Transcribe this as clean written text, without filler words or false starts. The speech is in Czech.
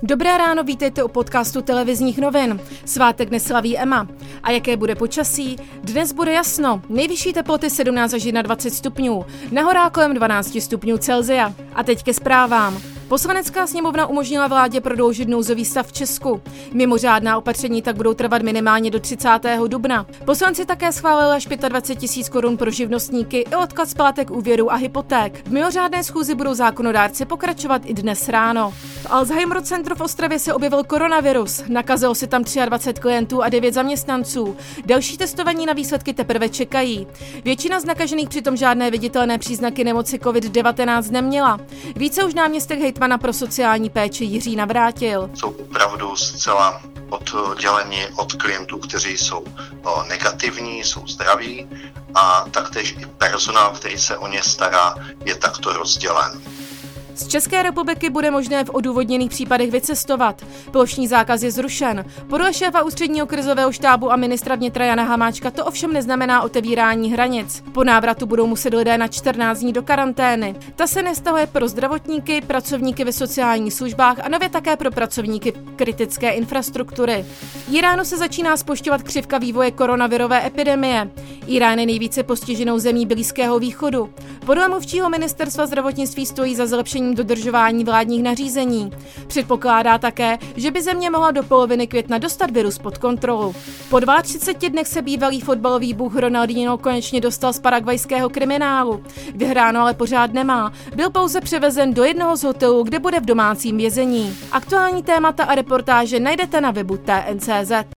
Dobré ráno, vítejte u podcastu televizních novin. Svátek neslaví Ema. A jaké bude počasí? Dnes bude jasno. Nejvyšší teploty 17 až 21 stupňů. Na horách kolem 12 stupňů Celsia. A teď ke zprávám. Poslanecká sněmovna umožnila vládě prodloužit nouzový stav v Česku. Mimořádná opatření tak budou trvat minimálně do 30. dubna. Poslanci také schválili až 25 000 korun pro živnostníky i odklad splátek úvěrů a hypoték. V mimořádné schůzi budou zákonodárci pokračovat i dnes ráno. V Alzheimeru centru v Ostravě se objevil koronavirus. Nakazilo se tam 23 klientů a 9 zaměstnanců. Další testování na výsledky teprve čekají. Většina z nakažených přitom žádné viditelné příznaky nemoci COVID-19 neměla. Více už náměstek hejtmana pro sociální péči Jiří Navrátil. Jsou opravdu zcela odděleni od klientů, kteří jsou negativní, jsou zdraví, a taktéž i personál, který se o ně stará, je takto rozdělen. Z České republiky bude možné v odůvodněných případech vycestovat. Plošný zákaz je zrušen. Podle šéfa ústředního krizového štábu a ministra vnitra Jana Hamáčka to ovšem neznamená otevírání hranic. Po návratu budou muset lidé na 14 dní do karantény. Ta se nevztahuje pro zdravotníky, pracovníky ve sociálních službách a nově také pro pracovníky kritické infrastruktury. V Íránu se začíná zpožďovat křivka vývoje koronavirové epidemie. Írán je nejvíce postiženou zemí Blízkého východu. Podle mluvčího ministerstva zdravotnictví stojí za zlepšení dodržování vládních nařízení. Předpokládá také, že by země mohla do poloviny května dostat virus pod kontrolu. Po 32 dnech se bývalý fotbalový bůh Ronaldinho konečně dostal z paragvajského kriminálu. Vyhráno ale pořád nemá. Byl pouze převezen do jednoho z hotelů, kde bude v domácím vězení. Aktuální témata a reportáže najdete na webu TN.cz.